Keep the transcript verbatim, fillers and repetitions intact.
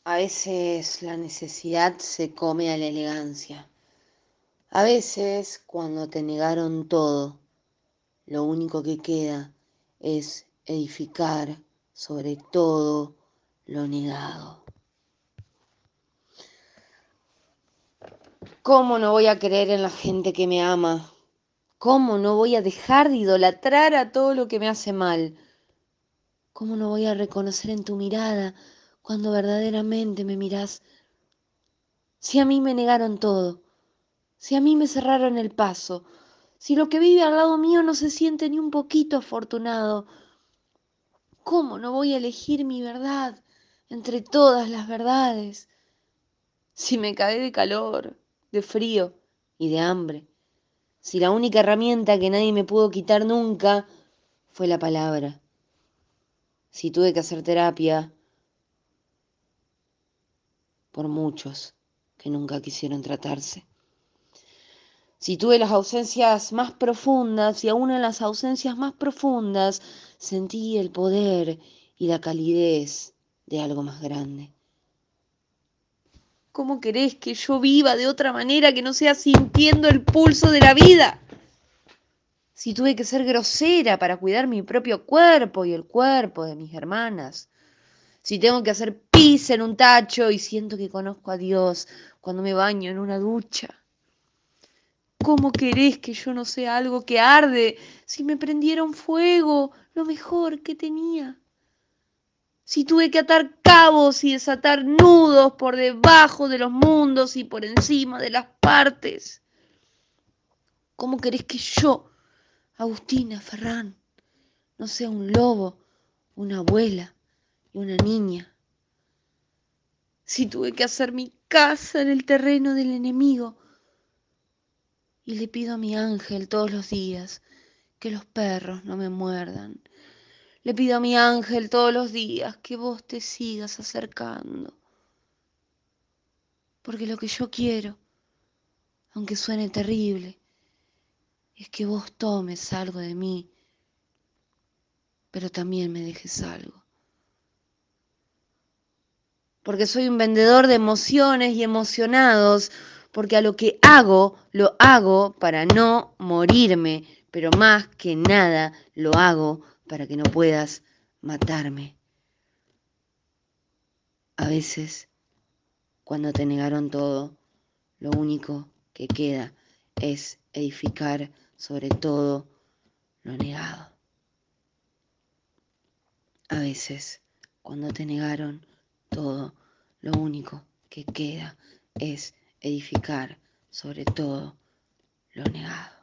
A veces la necesidad se come a la elegancia. A veces, cuando te negaron todo, lo único que queda es edificar sobre todo lo negado. ¿Cómo no voy a creer en la gente que me ama? ¿Cómo no voy a dejar de idolatrar a todo lo que me hace mal? ¿Cómo no voy a reconocer en tu mirada cuando verdaderamente me mirás? Si a mí me negaron todo, si a mí me cerraron el paso, si lo que vive al lado mío no se siente ni un poquito afortunado, ¿cómo no voy a elegir mi verdad entre todas las verdades? Si me cagué de calor, de frío y de hambre, si la única herramienta que nadie me pudo quitar nunca fue la palabra, si tuve que hacer terapia por muchos que nunca quisieron tratarse. Si tuve las ausencias más profundas y aún en las ausencias más profundas sentí el poder y la calidez de algo más grande. ¿Cómo querés que yo viva de otra manera que no sea sintiendo el pulso de la vida? Si tuve que ser grosera para cuidar mi propio cuerpo y el cuerpo de mis hermanas. Si tengo que hacer pis en un tacho y siento que conozco a Dios cuando me baño en una ducha. ¿Cómo querés que yo no sea algo que arde si me prendieron fuego, lo mejor que tenía? Si tuve que atar cabos y desatar nudos por debajo de los mundos y por encima de las partes. ¿Cómo querés que yo, Agustina Ferrán, no sea un lobo, una abuela y una niña? Si tuve que hacer mi casa en el terreno del enemigo y le pido a mi ángel todos los días que los perros no me muerdan. Le pido a mi ángel todos los días que vos te sigas acercando. Porque lo que yo quiero, aunque suene terrible, es que vos tomes algo de mí, pero también me dejes algo. Porque soy un vendedor de emociones y emocionados, porque a lo que hago, lo hago para no morirme, pero más que nada lo hago para que no puedas matarme. A veces, cuando te negaron todo, lo único que queda es edificar sobre todo lo negado. A veces, cuando te negaron todo, lo único que queda es edificar sobre todo lo negado.